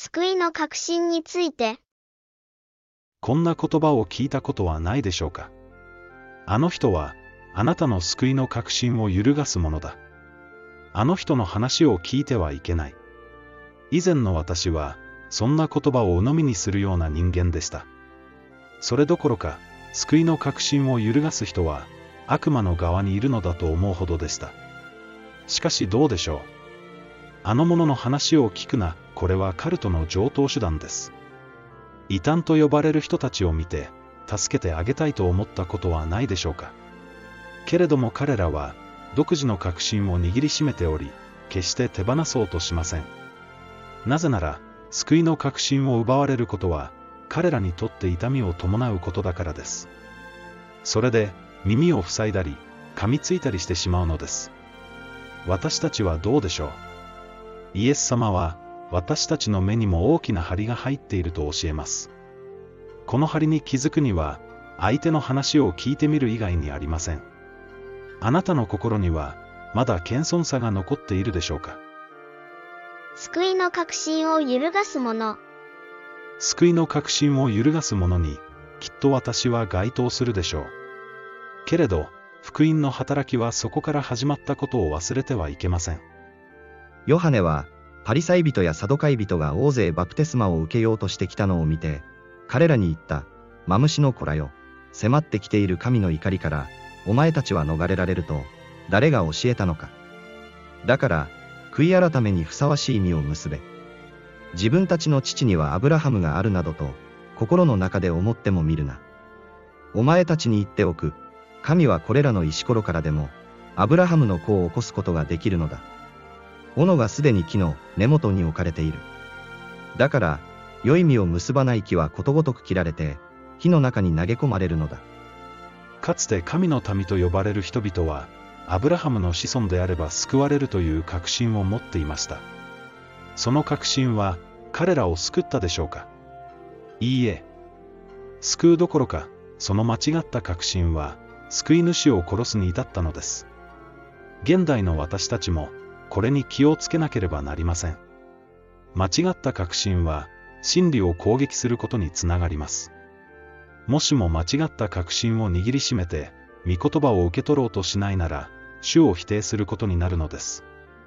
救いの確信について。 こんな言葉を聞いたことはないでしょうか。あの人は、あなたの救いの確信を揺るがすものだ。あの人の話を聞いてはいけない。以前の私は、そんな言葉を鵜呑みにするような人間でした。それどころか、救いの確信を揺るがす人は、悪魔の側にいるのだと思うほどでした。しかしどうでしょう。あの者の話を聞くな、これはカルトの常套手段です。異端と呼ばれる人たちを見て、助けてあげたいと思ったことはないでしょうか。けれども彼らは、独自の確信を握りしめており、決して手放そうとしません。なぜなら、救いの確信を奪われることは、彼らにとって痛みを伴うことだからです。それで、耳を塞いだり、噛みついたりしてしまうのです。私たちはどうでしょう。イエス様は、私たちの目にも大きな針が入っていると教えます。この針に気づくには、相手の話を聞いてみる以外にありません。あなたの心には、まだ謙遜さが残っているでしょうか。 救いの確信を揺るがすもの。 救いの確信を揺るがすものに、きっと私は該当するでしょう。けれど、福音の働きはそこから始まったことを忘れてはいけません。 ヨハネは、パリサイ人やサドカイ人が大勢バプテスマを受けようとしてきたのを見て、彼らに言った、マムシの子らよ、迫ってきている神の怒りから、お前たちは逃れられると、誰が教えたのか。だから、悔い改めにふさわしい実を結べ。自分たちの父にはアブラハムがあるなどと、心の中で思ってもみるな。お前たちに言っておく、神はこれらの石ころからでも、アブラハムの子を起こすことができるのだ。斧がすでに木の根元に置かれている。だから、良い実を結ばない木はことごとく切られて、火の中に投げ込まれるのだ。 かつて神の民と呼ばれる人々は、アブラハムの子孫であれば救われるという確信を持っていました。その確信は、彼らを救ったでしょうか。いいえ。救うどころか、その間違った確信は、救い主を殺すに至ったのです。現代の私たちも、これに気をつけなければなりません。間違った確信は、真理を攻撃することにつながります。もしも間違った確信を握りしめて、御言葉を受け取ろうとしないなら、主を否定することになるのです。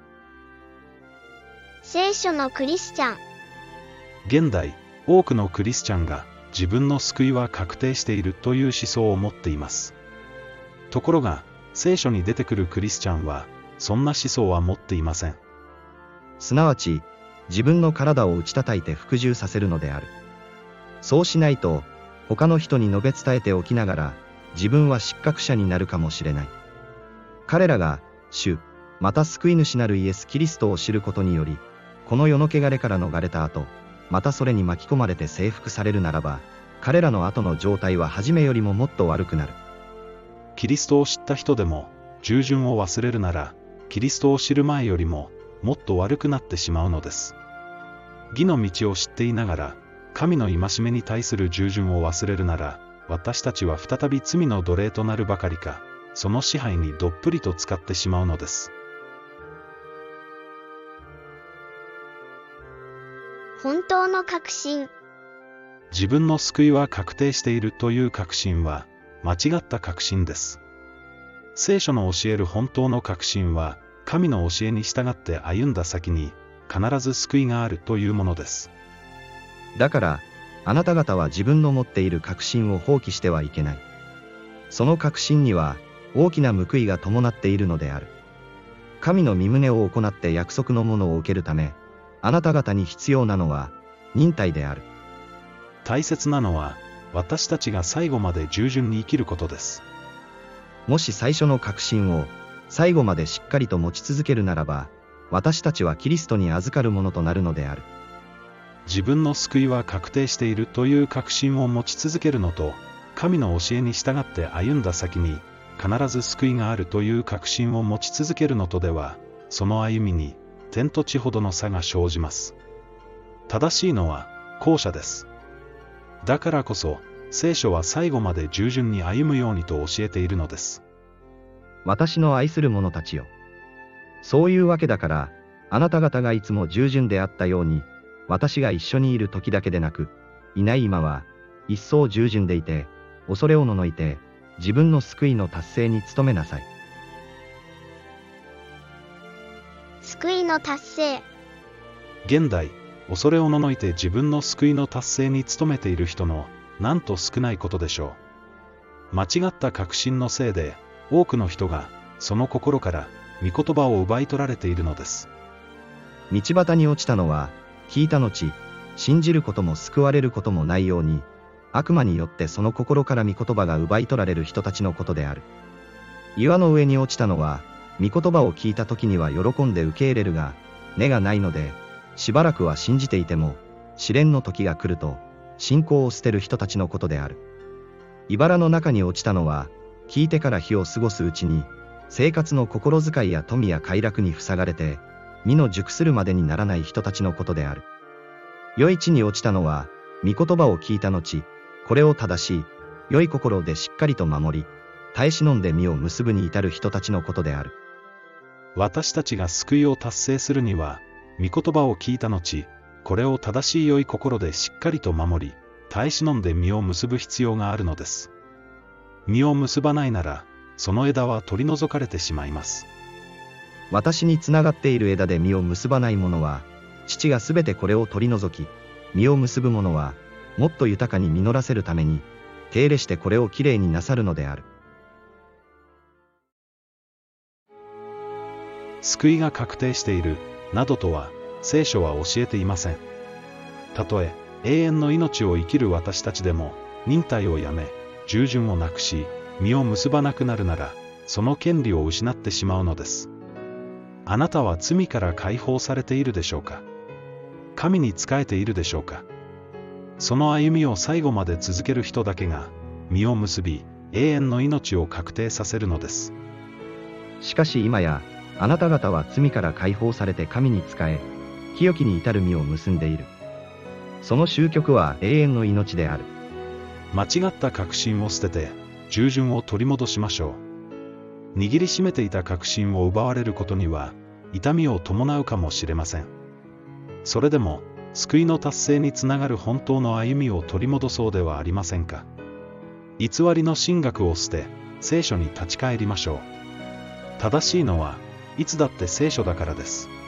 聖書のクリスチャン。 現代、多くのクリスチャンが、自分の救いは確定しているという思想を持っています。ところが、聖書に出てくるクリスチャンは、そんな思想は持っていません。 すなわち、自分の体を打ち叩いて服従させるのである。そうしないと、他の人に述べ伝えておきながら、自分は失格者になるかもしれない。彼らが、主、また救い主なるイエス・キリストを知ることにより、この世の汚れから逃れた後、またそれに巻き込まれて征服されるならば、彼らの後の状態は初めよりももっと悪くなる。 キリストを知った人でも、従順を忘れるなら、キリストを知る前よりも、もっと悪くなってしまうのです。義の道を知っていながら、神の戒めに対する従順を忘れるなら、私たちは再び罪の奴隷となるばかりか、その支配にどっぷりと使ってしまうのです。 本当の確信。 自分の救いは確定しているという確信は、間違った確信です。聖書の教える本当の確信は、神の教えに従って歩んだ先に、必ず救いがあるというものです。 だから、あなた方は自分の持っている確信を放棄してはいけない。その確信には、大きな報いが伴っているのである。神の御旨を行って約束のものを受けるため、あなた方に必要なのは、忍耐である。 大切なのは、私たちが最後まで従順に生きることです。 もし最初の確信を、最後までしっかりと持ち続けるならば、私たちはキリストに預かるものとなるのである。 自分の救いは確定しているという確信を持ち続けるのと、神の教えに従って歩んだ先に、必ず救いがあるという確信を持ち続けるのとでは、その歩みに、天と地ほどの差が生じます。正しいのは、後者です。だからこそ、聖書は最後まで従順に歩むようにと教えているのです。 私の愛する者たちよ。そういうわけだから、あなた方がいつも従順であったように、 私が一緒にいる時だけでなく、いない今は、一層従順でいて、恐れおののいて、自分の救いの達成に努めなさい。 救いの達成。 現代、恐れおののいて自分の救いの達成に努めている人の、なんと少ないことでしょう。間違った確信のせいで、多くの人が、その心から、御言葉を奪い取られているのです。 道端に落ちたのは、聞いた後、信じることも救われることもないように、悪魔によってその心から御言葉が奪い取られる人たちのことである。岩の上に落ちたのは、御言葉を聞いた時には喜んで受け入れるが、根がないので、しばらくは信じていても、試練の時が来ると、信仰を捨てる人たちのことである。茨の中に落ちたのは、聞いてから日を過ごすうちに、生活の心遣いや富や快楽に塞がれて、実の熟するまでにならない人たちのことである。良い地に落ちたのは、御言葉を聞いた後、これを正しい、良い心でしっかりと守り、耐え忍んで実を結ぶに至る人たちのことである。 私たちが救いを達成するには、御言葉を聞いた後、これを正しい良い心でしっかりと守り、耐え忍んで実を結ぶ必要があるのです。実を結ばないなら、その枝は取り除かれてしまいます。 私につながっている枝で実を結ばない者は、父がすべてこれを取り除き、実を結ぶ者は、もっと豊かに実らせるために、手入れしてこれをきれいになさるのである。 救いが確定している、などとは、聖書は教えていません。たとえ、永遠の命を生きる私たちでも、忍耐をやめ、従順をなくし、実を結ばなくなるなら、その権利を失ってしまうのです。あなたは罪から解放されているでしょうか？神に仕えているでしょうか？その歩みを最後まで続ける人だけが、実を結び、永遠の命を確定させるのです。 しかし今や、あなた方は罪から解放されて神に仕え、清きに至る実を結んでいる。その終局は永遠の命である。 間違った確信を捨てて、従順を取り戻しましょう。握りしめていた確信を奪われることには、痛みを伴うかもしれません。それでも、救いの達成につながる本当の歩みを取り戻そうではありませんか。偽りの神学を捨て、聖書に立ち返りましょう。正しいのは、いつだって聖書だからです。